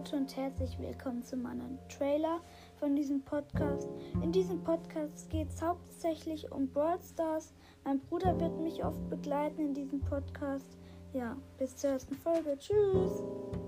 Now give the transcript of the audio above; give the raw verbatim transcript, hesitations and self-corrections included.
Leute und herzlich willkommen zu meinem Trailer von diesem Podcast. In diesem Podcast geht es hauptsächlich um Brawl Stars. Mein Bruder wird mich oft begleiten in diesem Podcast. Ja, bis zur ersten Folge. Tschüss!